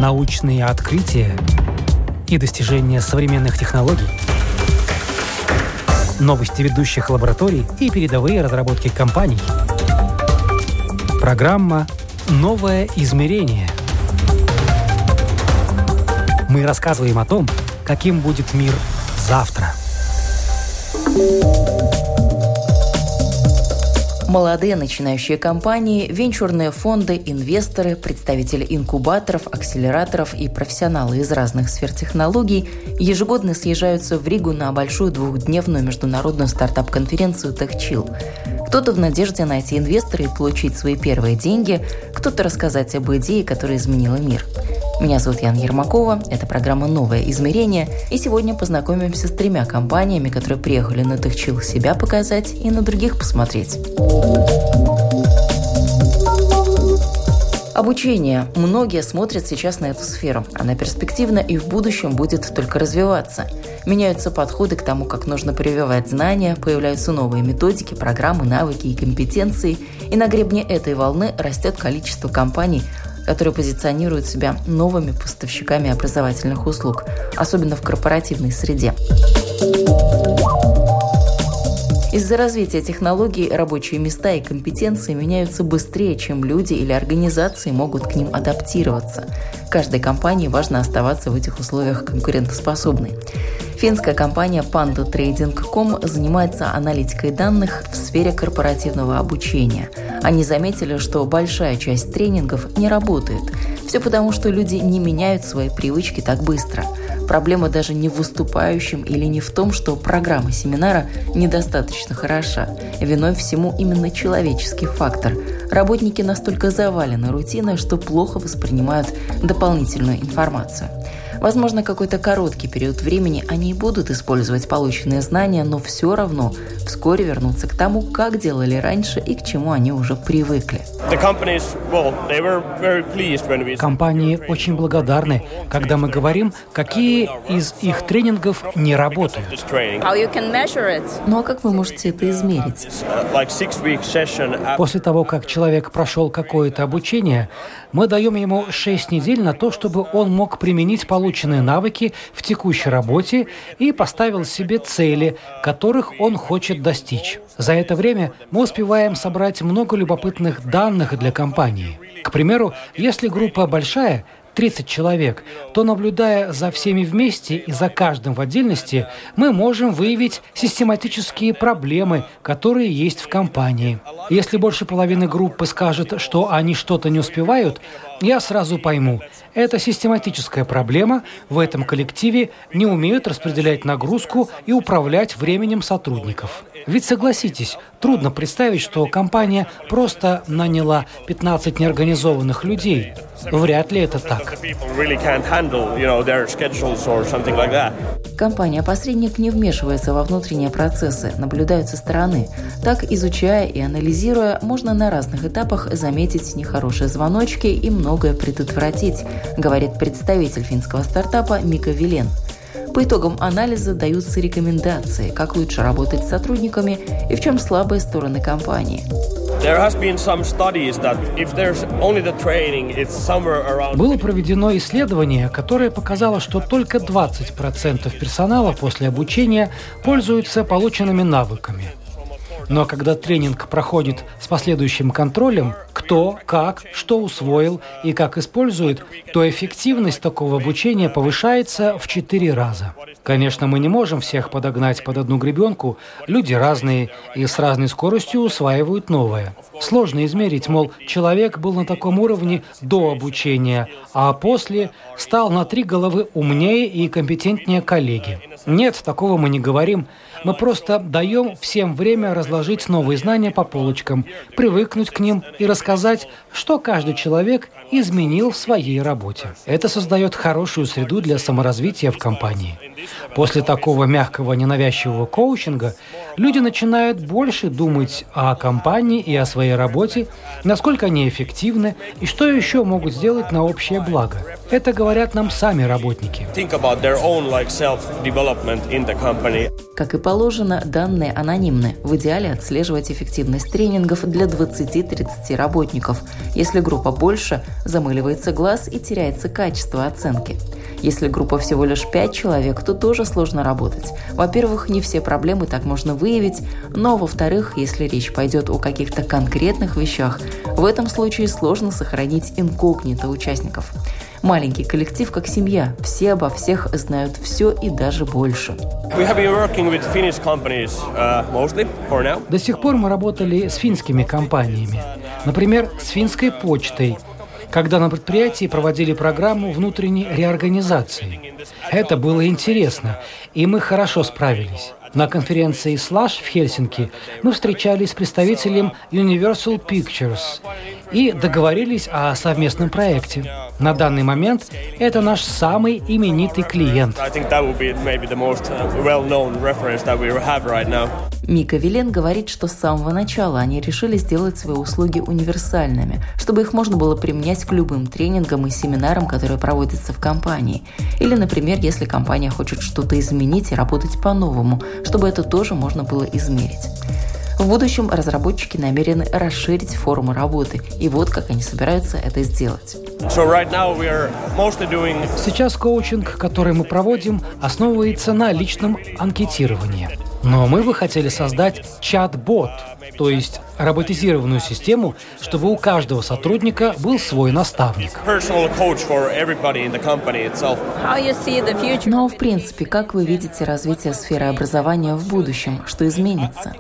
научные открытия и достижения современных технологий, новости ведущих лабораторий и передовые разработки компаний. Программа «Новое измерение». Мы рассказываем о том, каким будет мир завтра. Молодые начинающие компании, венчурные фонды, инвесторы, представители инкубаторов, акселераторов и профессионалы из разных сфер технологий ежегодно съезжаются в Ригу на большую двухдневную международную стартап-конференцию TechChill. Кто-то в надежде найти инвестора и получить свои первые деньги, кто-то рассказать об идее, которая изменила мир. Меня зовут Яна Ермакова, это программа «Новое измерение», и сегодня познакомимся с 3 компаниями, которые приехали на TechChill себя показать и на других посмотреть. Обучение. Многие смотрят сейчас на эту сферу. Она перспективна и в будущем будет только развиваться. Меняются подходы к тому, как нужно прививать знания, появляются новые методики, программы, навыки и компетенции. И на гребне этой волны растет количество компаний, которые позиционируют себя новыми поставщиками образовательных услуг, особенно в корпоративной среде. Из-за развития технологий рабочие места и компетенции меняются быстрее, чем люди или организации могут к ним адаптироваться. Каждой компании важно оставаться в этих условиях конкурентоспособной. Финская компания PandaTrading.com занимается аналитикой данных в сфере корпоративного обучения. Они заметили, что большая часть тренингов не работает. Все потому, что люди не меняют свои привычки так быстро. Проблема даже не в выступающем или не в том, что программа семинара недостаточно хороша. Виной всему именно человеческий фактор. Работники настолько завалены рутиной, что плохо воспринимают дополнительную информацию. Возможно, какой-то короткий период времени они и будут использовать полученные знания, но все равно вскоре вернутся к тому, как делали раньше и к чему они уже привыкли. Компании очень благодарны, когда мы говорим, какие из их тренингов не работают. Ну а как вы можете это измерить? После того, как человек прошел какое-то обучение, мы даем ему 6 недель на то, чтобы он мог применить полученные навыки в текущей работе и поставил себе цели, которых он хочет достичь. За это время мы успеваем собрать много любопытных данных для компании. К примеру, если группа большая, 30 человек, то, наблюдая за всеми вместе и за каждым в отдельности, мы можем выявить систематические проблемы, которые есть в компании. Если больше половины группы скажет, что они что-то не успевают, я сразу пойму, это систематическая проблема, в этом коллективе не умеют распределять нагрузку и управлять временем сотрудников. Ведь согласитесь, трудно представить, что компания просто наняла 15 неорганизованных людей. Вряд ли это так. Компания-посредник не вмешивается во внутренние процессы, наблюдает со стороны. Так, изучая и анализируя, можно на разных этапах заметить нехорошие звоночки и многое предотвратить, говорит представитель финского стартапа Мика Вилен. По итогам анализа даются рекомендации, как лучше работать с сотрудниками и в чем слабые стороны компании. Было проведено исследование, которое показало, что только 20% персонала после обучения пользуются полученными навыками. Но когда тренинг проходит с последующим контролем, кто, как, что усвоил и как использует, то эффективность такого обучения повышается в 4 раза. Конечно, мы не можем всех подогнать под одну гребенку, люди разные и с разной скоростью усваивают новое. Сложно измерить, мол, человек был на таком уровне до обучения, а после стал на 3 головы умнее и компетентнее коллеги. Нет, такого мы не говорим. Мы просто даем всем время разложить новые знания по полочкам, привыкнуть к ним и рассказать, что каждый человек изменил в своей работе. Это создает хорошую среду для саморазвития в компании. После такого мягкого, ненавязчивого коучинга люди начинают больше думать о компании и о своей работе, насколько они эффективны и что еще могут сделать на общее благо. Это говорят нам сами работники. Как и положено, положено, данные анонимны. В идеале отслеживать эффективность тренингов для 20-30 работников. Если группа больше, замыливается глаз и теряется качество оценки. Если группа всего лишь 5 человек, то тоже сложно работать. Во-первых, не все проблемы так можно выявить, но, во-вторых, если речь пойдет о каких-то конкретных вещах, в этом случае сложно сохранить инкогнито участников. Маленький коллектив как семья, все обо всех знают все и даже больше. До сих пор мы работали с финскими компаниями, например, с финской почтой, когда на предприятии проводили программу внутренней реорганизации. Это было интересно, и мы хорошо справились. На конференции Slash в Хельсинки мы встречались с представителем Universal Pictures и договорились о совместном проекте. На данный момент это наш самый именитый клиент. Мика Вилен говорит, что с самого начала они решили сделать свои услуги универсальными, чтобы их можно было применять к любым тренингам и семинарам, которые проводятся в компании. Или, например, если компания хочет что-то изменить и работать по-новому, чтобы это тоже можно было измерить. В будущем разработчики намерены расширить формы работы, и вот как они собираются это сделать. Сейчас коучинг, который мы проводим, основывается на личном анкетировании. Но мы бы хотели создать чат-бот, то есть роботизированную систему, чтобы у каждого сотрудника был свой наставник. Но, в принципе, как вы видите развитие сферы образования в будущем? Что изменится?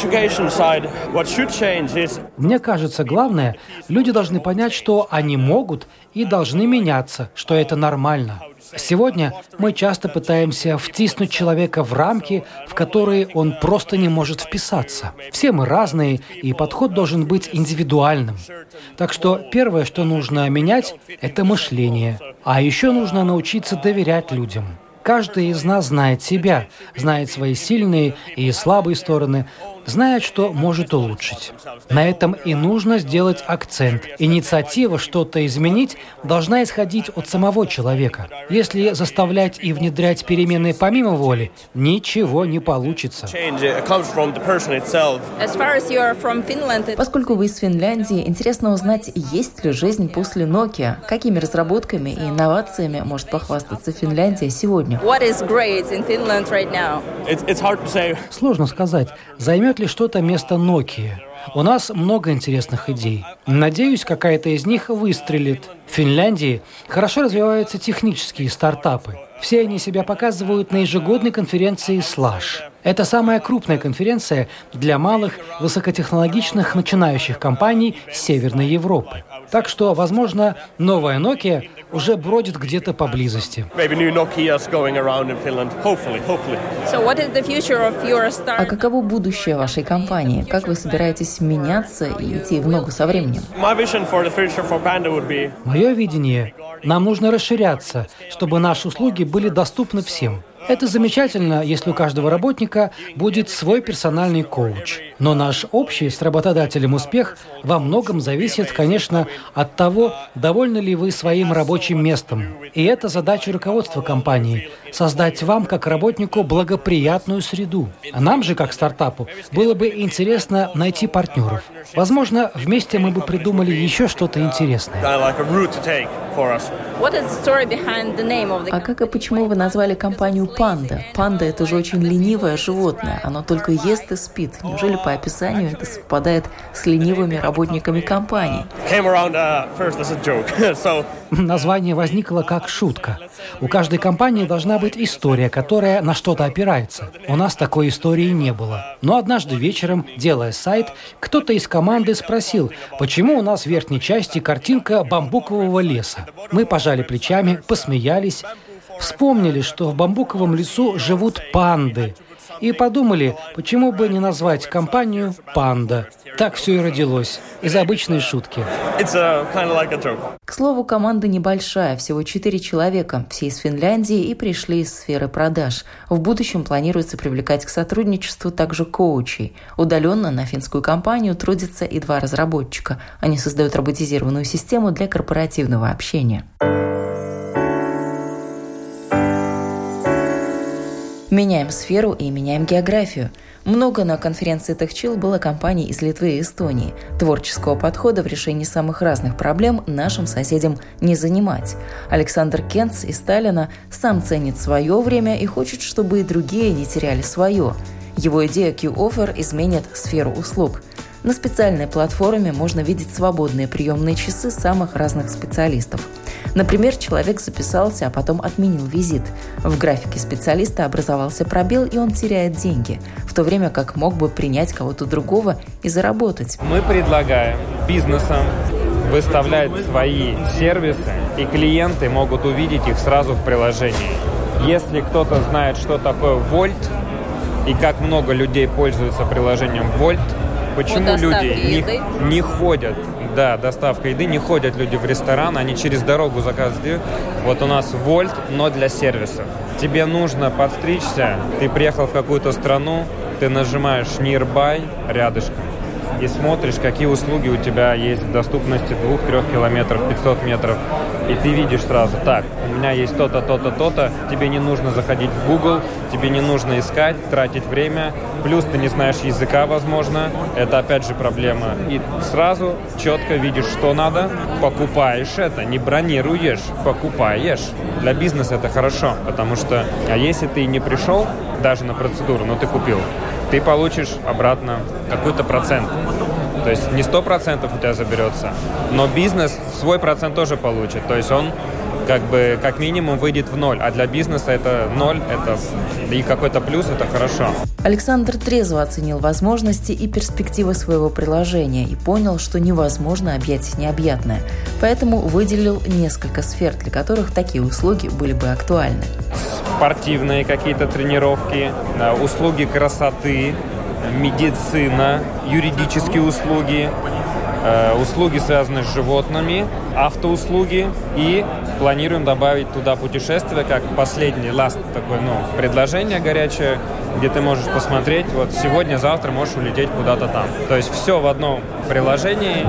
Мне кажется, главное, люди должны понять, что они могут и должны меняться, что это нормально. Сегодня мы часто пытаемся втиснуть человека в рамки, в которые он просто не может вписаться. Все мы разные, и подход должен быть индивидуальным. Так что первое, что нужно менять, это мышление. А еще нужно научиться доверять людям. Каждый из нас знает себя, знает свои сильные и слабые стороны, знает, что может улучшить. На этом и нужно сделать акцент. Инициатива что-то изменить должна исходить от самого человека. Если заставлять и внедрять перемены помимо воли, ничего не получится. Поскольку вы из Финляндии, интересно узнать, есть ли жизнь после Nokia? Какими разработками и инновациями может похвастаться Финляндия сегодня? Сложно сказать, займет ли что-то место Nokia. У нас много интересных идей. Надеюсь, какая-то из них выстрелит. В Финляндии хорошо развиваются технические стартапы. Все они себя показывают на ежегодной конференции Slash. Это самая крупная конференция для малых, высокотехнологичных начинающих компаний Северной Европы. Так что, возможно, новая Nokia уже бродит где-то поблизости. А каково будущее вашей компании? Как вы собираетесь меняться и идти в ногу со временем? Мое видение – нам нужно расширяться, чтобы наши услуги были доступны всем. Это замечательно, если у каждого работника будет свой персональный коуч. Но наш общий с работодателем успех во многом зависит, конечно, от того, довольны ли вы своим рабочим местом. И это задача руководства компании – создать вам, как работнику, благоприятную среду. А нам же, как стартапу, было бы интересно найти партнеров. Возможно, вместе мы бы придумали еще что-то интересное. А как и почему вы назвали компанию «Панда»? Панда – это же очень ленивое животное. Оно только ест и спит. Неужели по описанию это совпадает с ленивыми работниками компании? Название возникло как шутка. У каждой компании должна быть история, которая на что-то опирается. У нас такой истории не было. Но однажды вечером, делая сайт, кто-то из команды спросил, почему у нас в верхней части картинка бамбукового леса. Мы пожали плечами, посмеялись, вспомнили, что в бамбуковом лесу живут панды. И подумали, почему бы не назвать компанию «Панда». Так все и родилось. Из обычной шутки. К слову, команда небольшая, всего 4 человека. Все из Финляндии и пришли из сферы продаж. В будущем планируется привлекать к сотрудничеству также коучей. Удаленно на финскую компанию трудятся и 2 разработчика. Они создают роботизированную систему для корпоративного общения. Меняем сферу и меняем географию. Много на конференции TechChill было компаний из Литвы и Эстонии. Творческого подхода в решении самых разных проблем нашим соседям не занимать. Александр Кенц из Таллина сам ценит свое время и хочет, чтобы и другие не теряли свое. Его идея Q-Offer изменит сферу услуг. На специальной платформе можно видеть свободные приемные часы самых разных специалистов. Например, человек записался, а потом отменил визит. В графике специалиста образовался пробел, и он теряет деньги, в то время как мог бы принять кого-то другого и заработать. Мы предлагаем бизнесам выставлять свои сервисы, и клиенты могут увидеть их сразу в приложении. Если кто-то знает, что такое Volt, и как много людей пользуются приложением Volt, почему люди не ходят, доставка еды, не ходят люди в ресторан, они через дорогу заказывают. Вот у нас Volt, но для сервисов. Тебе нужно подстричься, ты приехал в какую-то страну, ты нажимаешь Nearby рядышком и смотришь, какие услуги у тебя есть в доступности 2-3 километров, 500 метров. И ты видишь сразу, так, у меня есть то-то, то-то, то-то, тебе не нужно заходить в Google, тебе не нужно искать, тратить время, плюс ты не знаешь языка, возможно, это опять же проблема. И сразу четко видишь, что надо, покупаешь это, не бронируешь, покупаешь. Для бизнеса это хорошо, потому что, а если ты не пришел даже на процедуру, но ты купил, ты получишь обратно какой-то процент. То есть не 100% у тебя заберется, но бизнес свой процент тоже получит. То есть он как минимум выйдет в ноль. А для бизнеса это ноль, это и какой-то плюс, это хорошо. Александр трезво оценил возможности и перспективы своего приложения и понял, что невозможно объять необъятное. Поэтому выделил несколько сфер, для которых такие услуги были бы актуальны. Спортивные какие-то тренировки, услуги красоты, медицина, юридические услуги, услуги, связанные с животными, автоуслуги, и планируем добавить туда путешествия, как последний такое, предложение горячее, где ты можешь посмотреть, вот сегодня, завтра можешь улететь куда-то там. То есть все в одном приложении,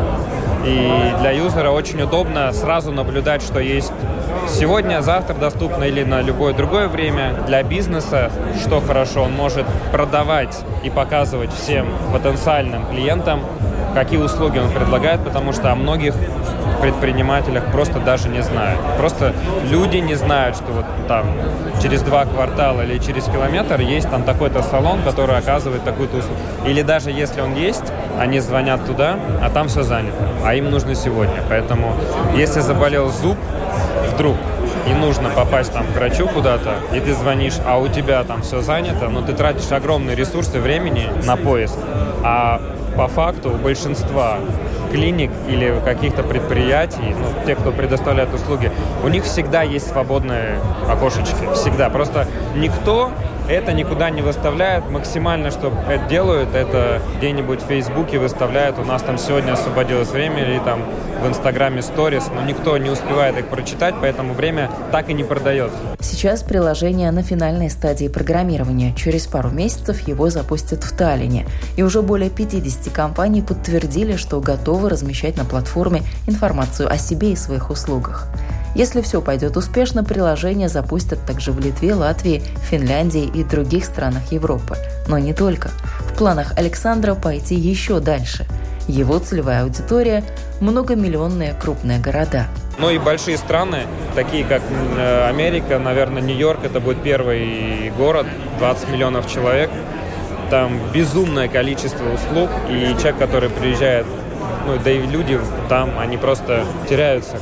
и для юзера очень удобно сразу наблюдать, что есть сегодня, завтра доступно или на любое другое время. Для бизнеса, что хорошо, он может продавать и показывать всем потенциальным клиентам, какие услуги он предлагает, потому что о многих предпринимателях просто даже не знают. Просто люди не знают, что вот там через 2 квартала или через километр есть там такой-то салон, который оказывает такую-то услугу. Или даже если он есть, они звонят туда, а там все занято, а им нужно сегодня. Поэтому если заболел зуб вдруг, и нужно попасть там к врачу куда-то, и ты звонишь, а у тебя там все занято, но ты тратишь огромные ресурсы времени на поиск. А по факту у большинства клиник или каких-то предприятий, те, кто предоставляет услуги, у них всегда есть свободные окошечки. Всегда. Просто никто это никуда не выставляет. Максимально, что это делают, это где-нибудь в Фейсбуке выставляют. У нас там сегодня освободилось время, или там в Инстаграме сторис, но никто не успевает их прочитать, поэтому время так и не продается. Сейчас приложение на финальной стадии программирования. Через пару месяцев его запустят в Таллине. И уже более 50 компаний подтвердили, что готовы размещать на платформе информацию о себе и своих услугах. Если все пойдет успешно, приложение запустят также в Литве, Латвии, Финляндии и других странах Европы. Но не только. В планах Александра пойти еще дальше. Его целевая аудитория – многомиллионные крупные города. И большие страны, такие как Америка, наверное, Нью-Йорк, это будет первый город, 20 миллионов человек. Там безумное количество услуг, и человек, который приезжает, да и люди там, они просто теряются,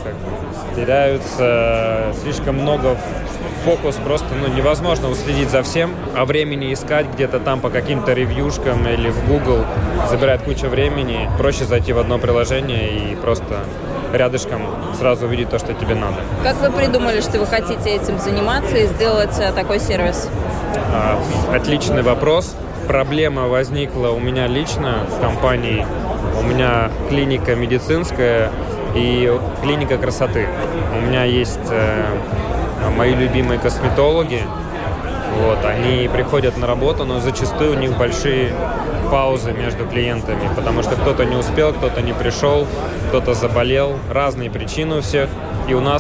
слишком много, фокус просто, невозможно уследить за всем, а времени искать где-то там по каким-то ревьюшкам или в Google забирает кучу времени. Проще зайти в одно приложение и просто рядышком сразу увидеть то, что тебе надо. Как вы придумали, что вы хотите этим заниматься и сделать такой сервис? Отличный вопрос. Проблема возникла у меня лично в компании. У меня клиника медицинская и клиника красоты. У меня есть мои любимые косметологи. Они приходят на работу, но зачастую у них большие паузы между клиентами, потому что кто-то не успел, кто-то не пришел, кто-то заболел. Разные причины у всех. И у нас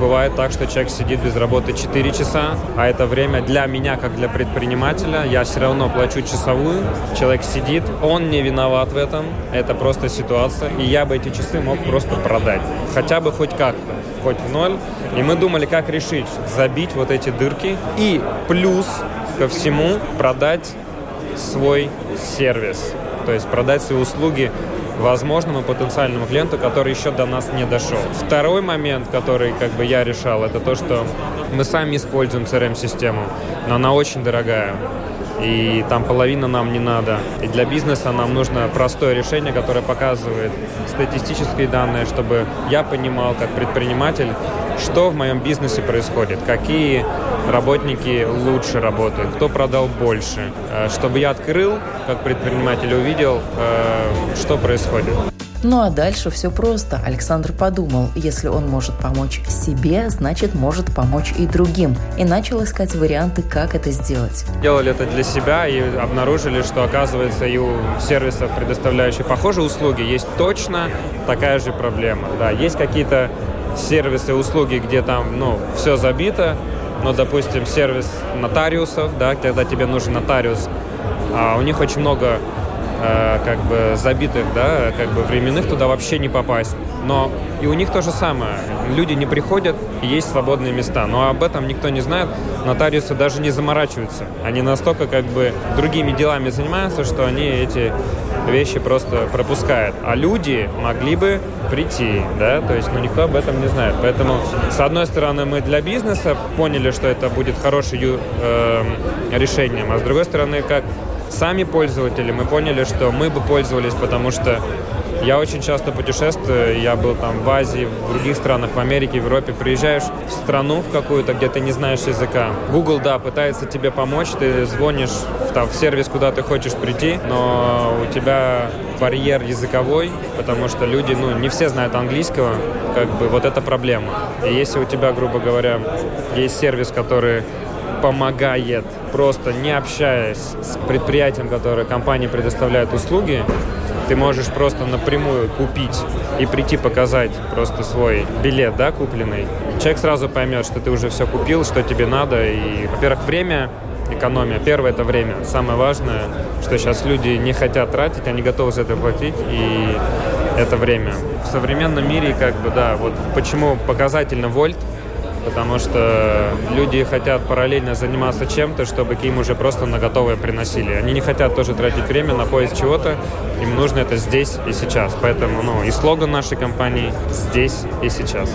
бывает так, что человек сидит без работы 4 часа, а это время для меня, как для предпринимателя, я все равно плачу часовую, человек сидит, он не виноват в этом, это просто ситуация, и я бы эти часы мог просто продать, хотя бы хоть как-то, хоть в ноль. И мы думали, как решить, забить вот эти дырки и плюс ко всему продать свой сервис, то есть продать свои услуги возможному потенциальному клиенту, который еще до нас не дошел. Второй момент, который я решал, это то, что мы сами используем CRM-систему, но она очень дорогая. И там половина нам не надо. И для бизнеса нам нужно простое решение, которое показывает статистические данные, чтобы я понимал, как предприниматель, что в моем бизнесе происходит, какие работники лучше работают, кто продал больше, чтобы я открыл, как предприниматель, увидел, что происходит. Ну а дальше все просто. Александр подумал, если он может помочь себе, значит может помочь и другим. И начал искать варианты, как это сделать. Делали это для себя и обнаружили, что, оказывается, и у сервисов, предоставляющих похожие услуги, есть точно такая же проблема. Да, есть какие-то сервисы, услуги, где там, все забито, но, допустим, сервис нотариусов, да, когда тебе нужен нотариус, а у них очень много забитых, да, временных, туда вообще не попасть. Но и у них то же самое. Люди не приходят, и есть свободные места. Но об этом никто не знает. Нотариусы даже не заморачиваются. Они настолько другими делами занимаются, что они эти вещи просто пропускают. А люди могли бы прийти, да, то есть, никто об этом не знает. Поэтому, с одной стороны, мы для бизнеса поняли, что это будет хорошим решением, а с другой стороны, как сами пользователи, мы поняли, что мы бы пользовались, потому что я очень часто путешествую, я был там в Азии, в других странах, в Америке, в Европе. Приезжаешь в страну в какую-то, где ты не знаешь языка. Google, да, пытается тебе помочь, ты звонишь в сервис, куда ты хочешь прийти, но у тебя барьер языковой, потому что люди, не все знают английского, вот это проблема. И если у тебя, грубо говоря, есть сервис, который помогает, просто не общаясь с предприятием, которое компания предоставляет услуги, ты можешь просто напрямую купить и прийти показать просто свой билет, да, купленный. Человек сразу поймет, что ты уже все купил, что тебе надо. И, во-первых, время, экономия. Первое – это время. Самое важное, что сейчас люди не хотят тратить, они готовы за это платить, и это время. В современном мире, вот почему показательно Вольт, потому что люди хотят параллельно заниматься чем-то, чтобы к им уже просто на готовое приносили. Они не хотят тоже тратить время на поиск чего-то, им нужно это здесь и сейчас. Поэтому и слоган нашей компании «Здесь и сейчас».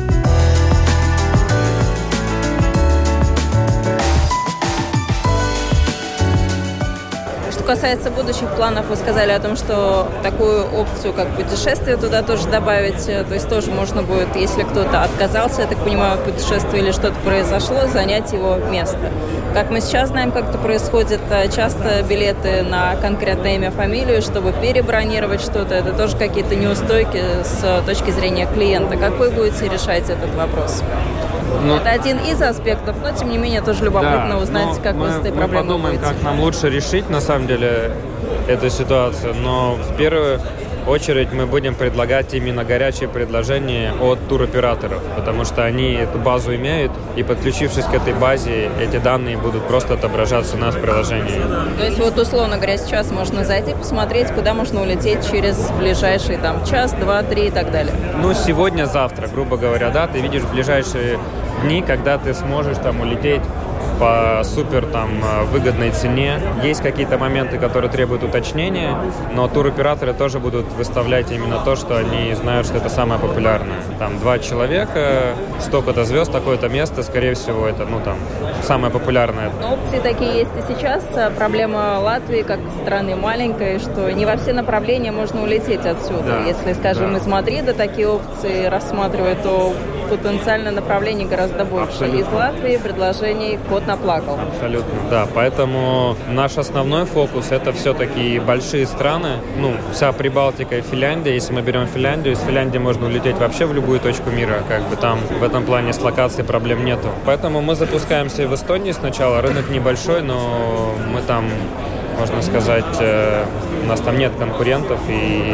Что касается будущих планов, вы сказали о том, что такую опцию, как путешествие, туда тоже добавить. То есть тоже можно будет, если кто-то отказался, я так понимаю, от путешествия или что-то произошло, занять его место. Как мы сейчас знаем, как это происходит, часто билеты на конкретное имя, фамилию, чтобы перебронировать что-то, это тоже какие-то неустойки с точки зрения клиента. Как вы будете решать этот вопрос? Это один из аспектов, но тем не менее тоже любопытно узнать, как вы с этой проблемой будете. Мы подумаем, как нам лучше решить на самом деле эту ситуацию, но в первую очередь мы будем предлагать именно горячие предложения от туроператоров, потому что они эту базу имеют, и подключившись к этой базе, эти данные будут просто отображаться у нас в приложении. То есть условно говоря, сейчас можно зайти, посмотреть, куда можно улететь через ближайший час, 2, 3 и так далее. Сегодня, завтра, грубо говоря, да, ты видишь ближайшие дни, когда ты сможешь улететь по супер выгодной цене. Есть какие-то моменты, которые требуют уточнения, но туроператоры тоже будут выставлять именно то, что они знают, что это самое популярное. 2 человека, столько-то звезд, такое-то место, скорее всего, это самое популярное. Но опции такие есть и сейчас. Проблема Латвии, как страны маленькой, что не во все направления можно улететь отсюда. Да, если, скажем, из Мадрида такие опции рассматривают, то потенциально направлений гораздо больше. Абсолютно. Из Латвии предложений кот наплакал. Абсолютно, да. Поэтому наш основной фокус – это все-таки большие страны. Вся Прибалтика и Финляндия. Если мы берем Финляндию, из Финляндии можно улететь вообще в любую точку мира. Там в этом плане с локацией проблем нету. Поэтому мы запускаемся в Эстонии сначала. Рынок небольшой, но мы там, можно сказать, у нас там нет конкурентов, и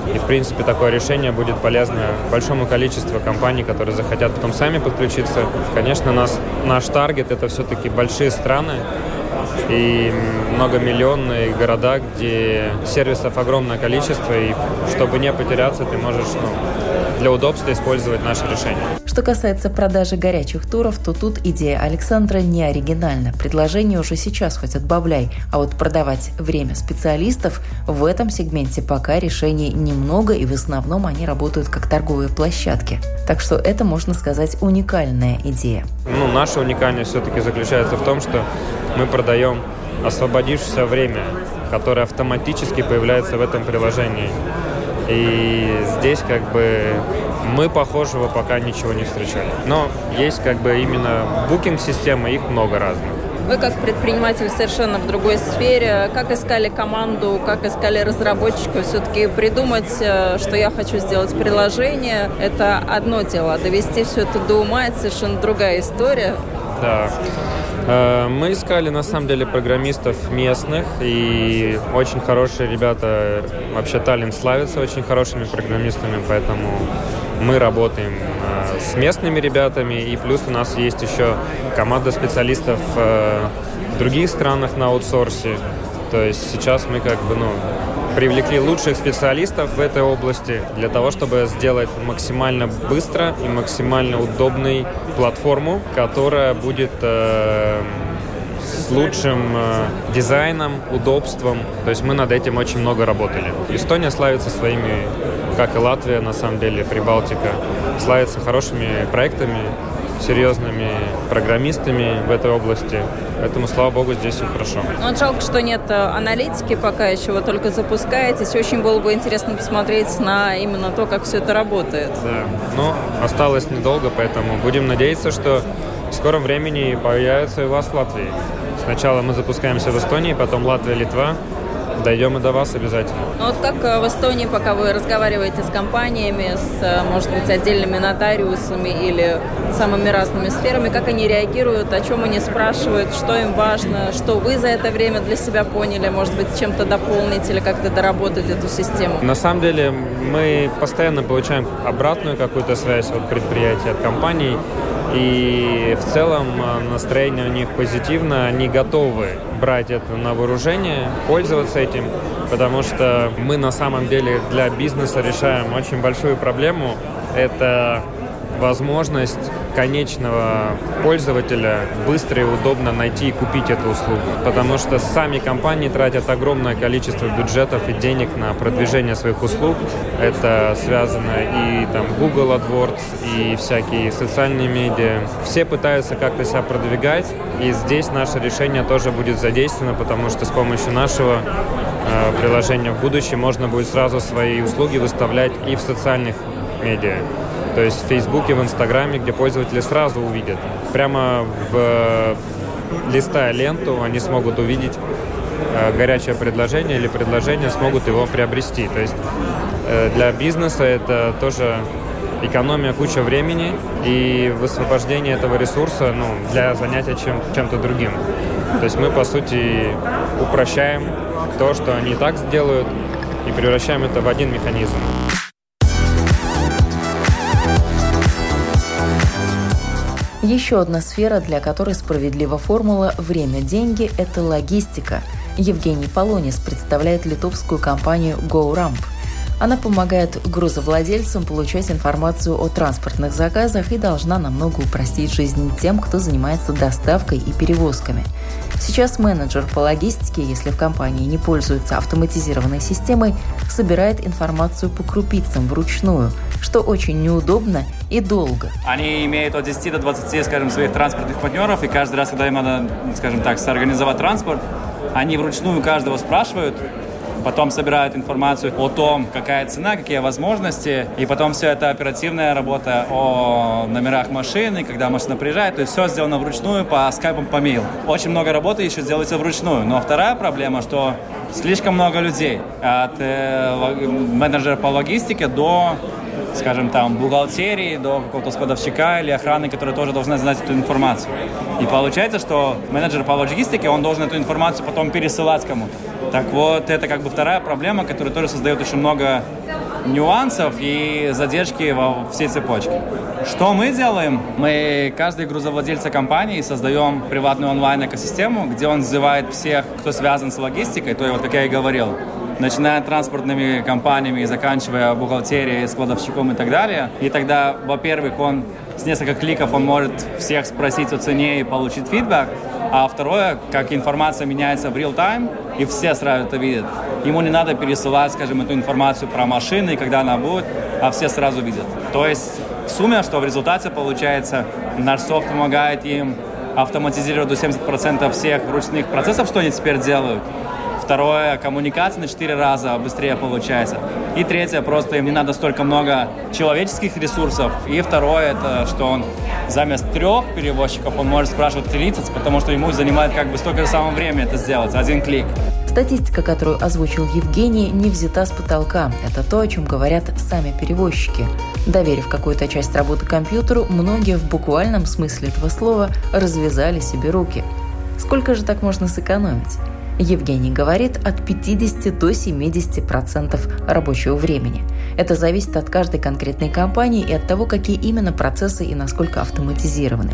И, в принципе, такое решение будет полезно большому количеству компаний, которые захотят потом сами подключиться. Конечно, наш таргет – это все-таки большие страны и многомиллионные города, где сервисов огромное количество, и чтобы не потеряться, ты можешь для удобства использовать наше решение. Что касается продажи горячих туров, то тут идея Александра не оригинальна. Предложение уже сейчас хоть отбавляй, а вот продавать время специалистов в этом сегменте пока решений немного, и в основном они работают как торговые площадки. Так что это, можно сказать, уникальная идея. Наша уникальность все-таки заключается в том, что мы продаем освободившееся время, которое автоматически появляется в этом приложении. И здесь мы похожего пока ничего не встречали. Но есть именно букинг-системы, их много разных. Вы как предприниматель совершенно в другой сфере. Как искали команду, как искали разработчиков? Все-таки придумать, что я хочу сделать приложение, это одно дело. Довести все это до ума, это совершенно другая история. Да. Мы искали, на самом деле, программистов местных, и очень хорошие ребята, вообще Таллин славится очень хорошими программистами, поэтому мы работаем с местными ребятами, и плюс у нас есть еще команда специалистов в других странах на аутсорсе. То есть сейчас мы привлекли лучших специалистов в этой области для того, чтобы сделать максимально быстро и максимально удобной платформу, которая будет с лучшим дизайном, удобством. То есть мы над этим очень много работали. Эстония славится своими, как и Латвия, на самом деле, Прибалтика, славится хорошими проектами, серьезными программистами в этой области. Поэтому, слава богу, здесь все хорошо. Жалко, что нет аналитики пока еще, вы только запускаетесь. Очень было бы интересно посмотреть на именно то, как все это работает. Да, осталось недолго, поэтому будем надеяться, что в скором времени появится и у вас в Латвии. Сначала мы запускаемся в Эстонии, потом Латвия, Литва. Дойдем и до вас обязательно. Как в Эстонии, пока вы разговариваете с компаниями, может быть, отдельными нотариусами или самыми разными сферами, как они реагируют, о чем они спрашивают, что им важно, что вы за это время для себя поняли, может быть, чем-то дополнить или как-то доработать эту систему? На самом деле мы постоянно получаем обратную какую-то связь от предприятий, от компаний. И в целом настроение у них позитивно, они готовы брать это на вооружение, пользоваться этим, потому что мы на самом деле для бизнеса решаем очень большую проблему. Это возможность конечного пользователя быстро и удобно найти и купить эту услугу. Потому что сами компании тратят огромное количество бюджетов и денег на продвижение своих услуг. Это связано и Google AdWords, и всякие социальные медиа. Все пытаются как-то себя продвигать, и здесь наше решение тоже будет задействовано, потому что с помощью нашего приложения в будущем можно будет сразу свои услуги выставлять и в социальных медиа. То есть в Фейсбуке, в Инстаграме, где пользователи сразу увидят. Прямо листая ленту, они смогут увидеть горячее предложение или предложение, смогут его приобрести. То есть для бизнеса это тоже экономия куча времени и высвобождение этого ресурса для занятия чем-то другим. То есть мы, по сути, упрощаем то, что они и так сделают, и превращаем это в один механизм. Еще одна сфера, для которой справедлива формула «время-деньги» – это логистика. Евгений Полонис представляет литовскую компанию GoRamp. Она помогает грузовладельцам получать информацию о транспортных заказах и должна намного упростить жизнь тем, кто занимается доставкой и перевозками. Сейчас менеджер по логистике, если в компании не пользуется автоматизированной системой, собирает информацию по крупицам вручную, что очень неудобно и долго. Они имеют от 10 до 20, своих транспортных партнеров, и каждый раз, когда им надо, сорганизовать транспорт, они вручную каждого спрашивают, потом собирают информацию о том, какая цена, какие возможности, и потом все это оперативная работа о номерах машины, когда машина приезжает, то есть все сделано вручную по скайпам, по мейлу. Очень много работы еще делается вручную, но вторая проблема, что слишком много людей, от менеджера по логистике до, бухгалтерии, до какого-то складовщика или охраны, которые тоже должны знать эту информацию. И получается, что менеджер по логистике, он должен эту информацию потом пересылать кому-то. Так вот, это вторая проблема, которая тоже создает очень много нюансов и задержки во всей цепочке. Что мы делаем? Мы, каждый грузовладелец компании, создаем приватную онлайн-экосистему, где он называет всех, кто связан с логистикой, то есть, вот как я и говорил, начиная транспортными компаниями и заканчивая бухгалтерией, складовщиком и так далее. И тогда, во-первых, он с нескольких кликов он может всех спросить о цене и получить фидбэк. А второе, как информация меняется в real-time, и все сразу это видят. Ему не надо пересылать, скажем, эту информацию про машины, когда она будет, а все сразу видят. То есть в сумме, что в результате получается, наш софт помогает им автоматизировать до 70% всех ручных процессов, что они теперь делают. Второе, коммуникация на 4 раза быстрее получается. И третье, просто им не надо столько много человеческих ресурсов. И второе, это что он заместо 3 перевозчиков, он может спрашивать 30, потому что ему занимает как бы столько же самого времени это сделать, один клик. Статистика, которую озвучил Евгений, не взята с потолка. Это то, о чем говорят сами перевозчики. Доверив какую-то часть работы компьютеру, многие в буквальном смысле этого слова развязали себе руки. Сколько же так можно сэкономить? Евгений говорит, от 50 до 70% рабочего времени. Это зависит от каждой конкретной компании и от того, какие именно процессы и насколько автоматизированы.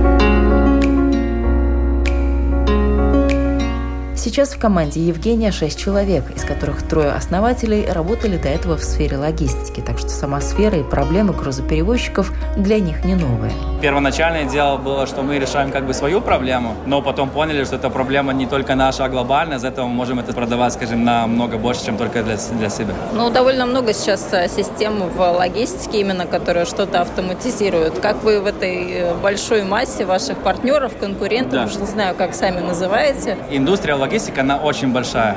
Сейчас в команде Евгения 6 человек, из которых 3 основателей работали до этого в сфере логистики, так что сама сфера и проблемы грузоперевозчиков для них не новые. Первоначальное дело было, что мы решаем как бы свою проблему, но потом поняли, что эта проблема не только наша, а глобальная, из-за этого мы можем это продавать, скажем, намного больше, чем только для себя. Ну, довольно много сейчас систем в логистике именно, которые что-то автоматизируют. Как вы в этой большой массе ваших партнеров, конкурентов, уже не знаю, как сами называете? Индустрия логистика, она очень большая.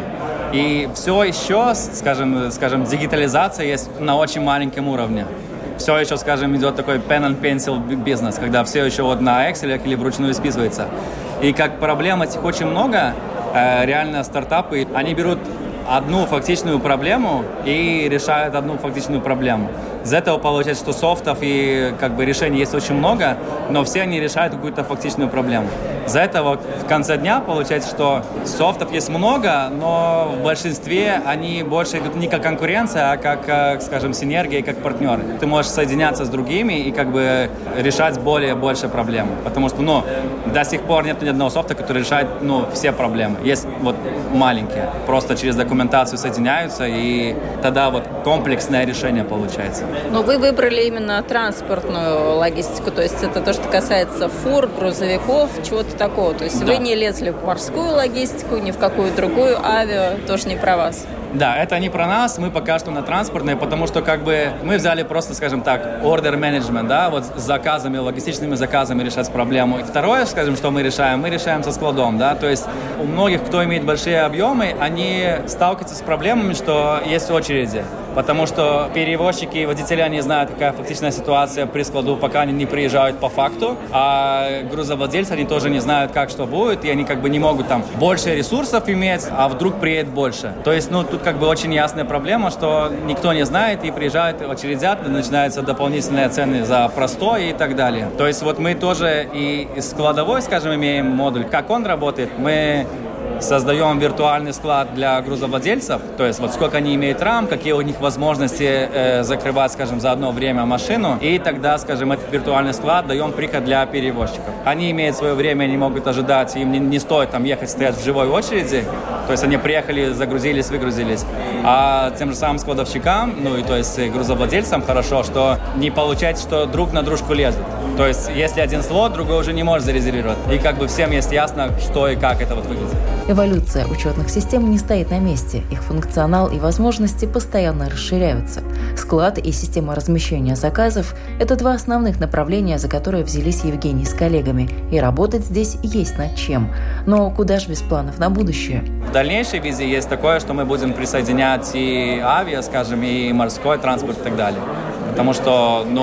И все еще, скажем, дигитализация есть на очень маленьком уровне. Все еще, скажем, идет такой pen and pencil бизнес, когда все еще вот на Excel или вручную списывается. И как проблем этих очень много, реально стартапы, они берут одну фактичную проблему и решают одну фактичную проблему. Из этого получается, что софтов и как бы решений есть очень много, но все они решают какую-то фактичную проблему. Из-за этого в конце дня получается, что софтов есть много, но в большинстве они больше идут не как конкуренция, а как, скажем, синергия, как партнеры. Ты можешь соединяться с другими и как бы решать больше проблем. Потому что, до сих пор нет ни одного софта, который решает, все проблемы. Есть вот маленькие, просто через документацию соединяются, и тогда вот комплексное решение получается. Но вы выбрали именно транспортную логистику, то есть это то, что касается фур, грузовиков, чего-то такого. То есть Вы не лезли в морскую логистику, ни в какую другую, авиа, тоже не про вас. Да, это не про нас, мы пока что на транспортной, потому что как бы мы взяли просто, скажем так, order management, да, вот с заказами, логистичными заказами решать проблему. И второе, скажем, что мы решаем со складом, да, то есть у многих, кто имеет большие объемы, они сталкиваются с проблемами, что есть очереди, потому что перевозчики и водители, они знают, какая фактичная ситуация при складу, пока они не приезжают по факту, а грузовладельцы, они тоже не знают, как что будет, и они как бы не могут там больше ресурсов иметь, а вдруг приедет больше. То есть, тут как бы очень ясная проблема, что никто не знает, и приезжают, очередят, начинаются дополнительные цены за простой и так далее. То есть вот мы тоже и из складовой, скажем, имеем модуль. Как он работает? Мы создаем виртуальный склад для грузовладельцев, то есть вот сколько они имеют рам, какие у них возможности закрывать, скажем, за одно время машину, и тогда, скажем, этот виртуальный склад даем приход для перевозчиков. Они имеют свое время, они могут ожидать, им не стоит там ехать, стоять в живой очереди, то есть они приехали, загрузились, выгрузились. А тем же самым складовщикам, и то есть грузовладельцам хорошо, что не получается, что друг на дружку лезут. То есть если один слот, другой уже не может зарезервировать. И как бы всем есть ясно, что и как это вот выглядит. Эволюция учетных систем не стоит на месте. Их функционал и возможности постоянно расширяются. Склад и система размещения заказов – это 2 основных направления, за которые взялись Евгений с коллегами. И работать здесь есть над чем. Но куда ж без планов на будущее? В дальнейшей визии есть такое, что мы будем присоединять и авиа, скажем, и морской транспорт и так далее. Потому что,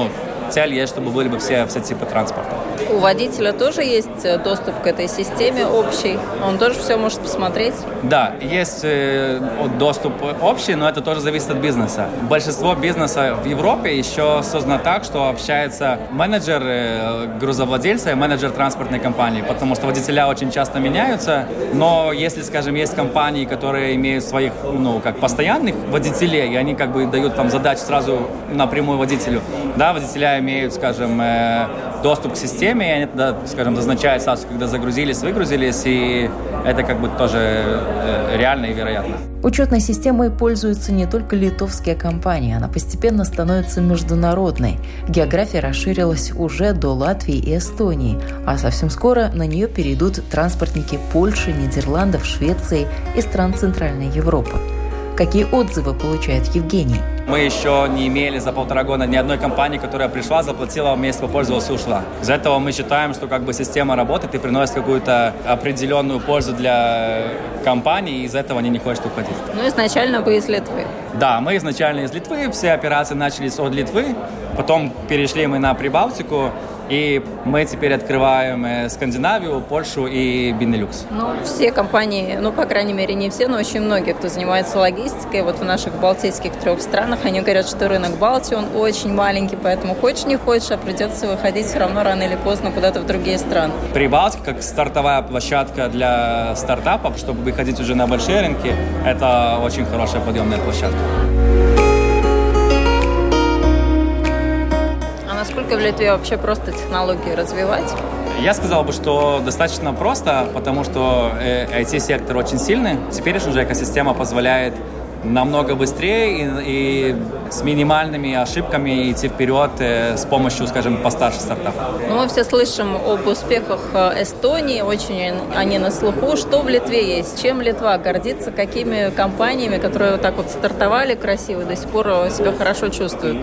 цель есть, чтобы были бы все типы транспорта. У водителя тоже есть доступ к этой системе общей? Он тоже все может посмотреть? Да, есть доступ общий, но это тоже зависит от бизнеса. Большинство бизнеса в Европе еще создано так, что общается менеджер грузовладельца и менеджер транспортной компании, потому что водителя очень часто меняются, но если, скажем, есть компании, которые имеют своих, как постоянных водителей, и они как бы дают там задачи сразу напрямую водителю, да, водителя имеют, скажем, доступ к системе, и они тогда, скажем, назначают сразу, когда загрузились, выгрузились, и это как бы тоже реально и вероятно. Учетной системой пользуются не только литовские компании, она постепенно становится международной. География расширилась уже до Латвии и Эстонии, а совсем скоро на нее перейдут транспортники Польши, Нидерландов, Швеции и стран Центральной Европы. Какие отзывы получает Евгений? Мы еще не имели за 1,5 года ни одной компании, которая пришла, заплатила, месяц попользовалась и ушла. Из-за этого мы считаем, что как бы система работает и приносит какую-то определенную пользу для компании, и из-за этого они не хотят уходить. Изначально вы из Литвы. Да, мы изначально из Литвы, все операции начались от Литвы, потом перешли мы на Прибалтику, и мы теперь открываем Скандинавию, Польшу и Бенелюкс. Все компании, по крайней мере, не все, но очень многие, кто занимается логистикой, вот в наших балтийских 3 странах, они говорят, что рынок Балтии, он очень маленький, поэтому хочешь не хочешь, а придется выходить все равно рано или поздно куда-то в другие страны. Прибалтика, как стартовая площадка для стартапов, чтобы выходить уже на большие рынки, это очень хорошая подъемная площадка. Насколько в Литве вообще просто технологии развивать? Я сказал бы, что достаточно просто, потому что IT-сектор очень сильный. Теперь уже экосистема позволяет намного быстрее и с минимальными ошибками идти вперед с помощью, скажем, постарше стартапов. Мы все слышим об успехах Эстонии, очень они на слуху. Что в Литве есть? Чем Литва гордится? Какими компаниями, которые вот так вот стартовали красиво, до сих пор себя хорошо чувствуют?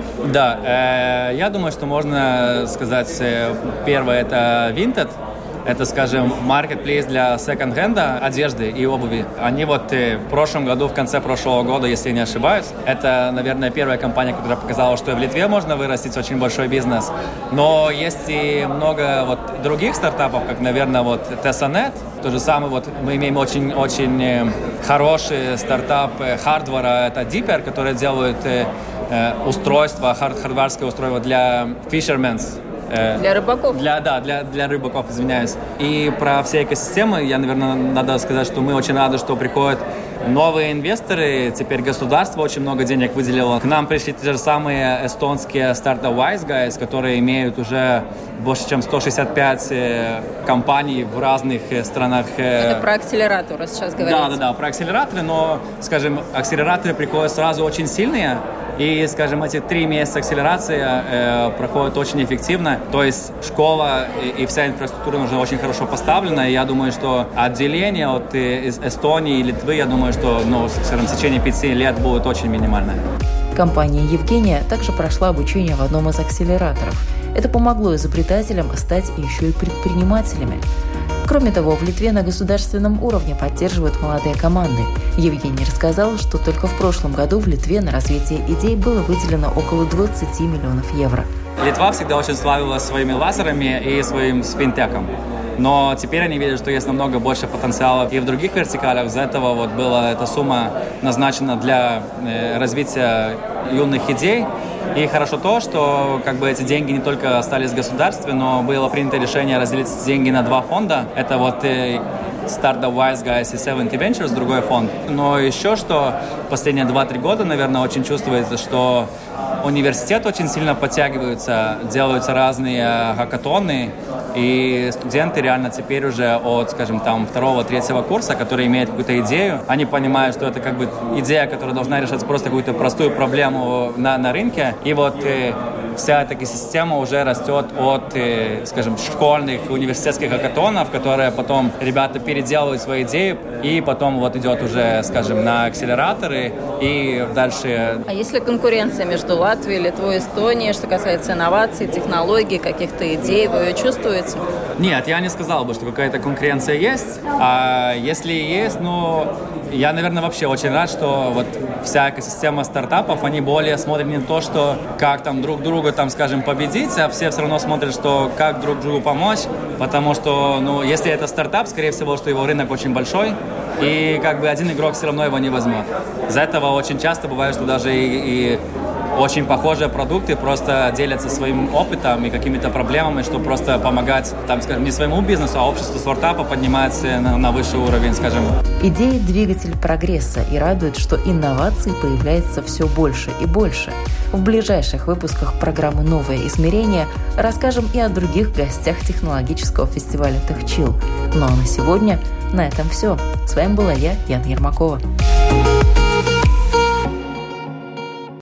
Да, я думаю, что можно сказать, первое – это Vinted. Это, скажем, маркетплейс для секонд-хенда, одежды и обуви. Они в прошлом году, в конце прошлого года, если я не ошибаюсь, это, наверное, первая компания, которая показала, что и в Литве можно вырастить очень большой бизнес. Но есть и много других стартапов, как, наверное, Tesanet. То же самое, мы имеем очень хороший стартап хардвара, это Dipper, который делают устройства, хардварское устройство для fishermen's. Для рыбаков? Для рыбаков, извиняюсь. И про все экосистемы, наверное, надо сказать, что мы очень рады, что приходят новые инвесторы. Теперь государство очень много денег выделило. К нам пришли те же самые эстонские стартап WiseGuys, которые имеют уже больше, чем 165 компаний в разных странах. Это про акселераторы сейчас говорите? Да, про акселераторы, но, скажем, акселераторы приходят сразу очень сильные. И, скажем, эти 3 месяца акселерации проходят очень эффективно. То есть школа и вся инфраструктура уже очень хорошо поставлена. И я думаю, что отделение от Эстонии и Литвы, я думаю, что скажем, в течение 5 лет будет очень минимальное. Компания Евгения также прошла обучение в одном из акселераторов. Это помогло изобретателям стать еще и предпринимателями. Кроме того, в Литве на государственном уровне поддерживают молодые команды. Евгений рассказал, что только в прошлом году в Литве на развитие идей было выделено около 20 миллионов евро. Литва всегда очень славилась своими лазерами и своим финтеком. Но теперь они видят, что есть намного больше потенциала и в других вертикалях. Из-за этого была эта сумма назначена для развития юных идей. И хорошо то, что эти деньги не только остались в государстве, но было принято решение разделить деньги на 2 фонда. Это Startup WiseGuys и Seventy Ventures, другой фонд. Но еще что последние 2-3 года, наверное, очень чувствуется, что университет очень сильно подтягиваются, делаются разные хакатоны, и студенты реально теперь уже от, скажем, 2-3 курса, которые имеют какую-то идею, они понимают, что это идея, которая должна решать просто какую-то простую проблему на рынке, и вся эта система уже растет от, скажем, школьных, университетских хакатонов, которые потом ребята переделывают свои идеи, и потом идет уже, скажем, на акселераторы, и дальше... А есть ли конкуренция между Латвией, Литвой и Эстонией, что касается инноваций, технологий, каких-то идей? Вы ее чувствуете? Нет, я не сказал бы, что какая-то конкуренция есть. А если есть, Я, наверное, вообще очень рад, что вот вся экосистема стартапов, они более смотрят не на то, что как там друг друга, там, скажем, победить, а все все равно смотрят, что как друг другу помочь, потому что, ну, если это стартап, скорее всего, что его рынок очень большой, и как бы один игрок все равно его не возьмет. Из-за этого очень часто бывает, что даже и очень похожие продукты просто делятся своим опытом и какими-то проблемами, чтобы просто помогать, там, скажем, не своему бизнесу, а обществу стартапа подниматься на высший уровень, скажем. Идея – двигатель прогресса и радует, что инноваций появляется все больше и больше. В ближайших выпусках программы «Новое измерение» расскажем и о других гостях технологического фестиваля TechChill. Ну а на сегодня на этом все. С вами была я, Яна Ермакова.